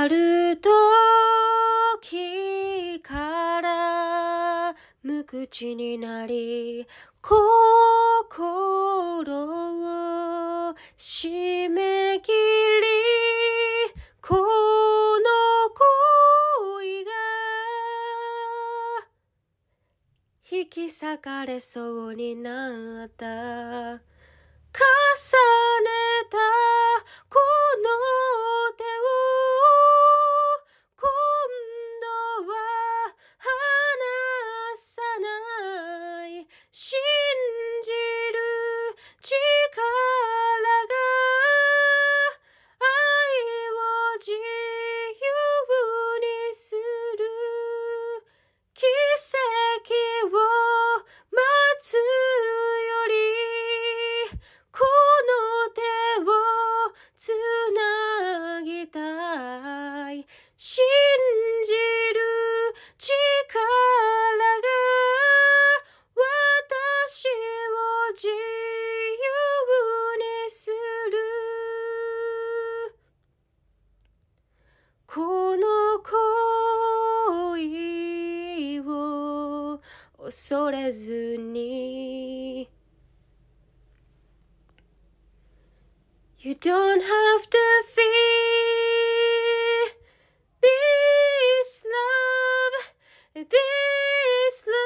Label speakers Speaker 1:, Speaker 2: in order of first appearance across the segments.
Speaker 1: ある時から無口になり心を締め切りこの恋が引き裂かれそうになった重ねたこの手を今度は離さない信じる力が愛を自由にする奇跡を待つよりこの手をつなぎたい信じる力が私を自由にするこの恋を恐れずにYou don't have to fear this love, this love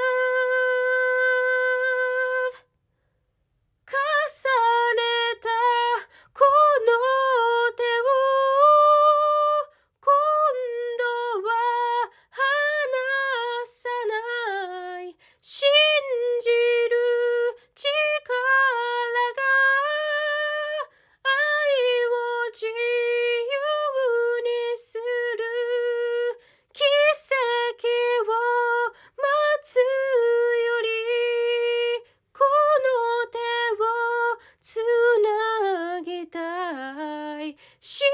Speaker 1: 重ねたこの手を今度は離さない信じる力が愛を自由にする奇跡を待つよりこの手をつなぎたい信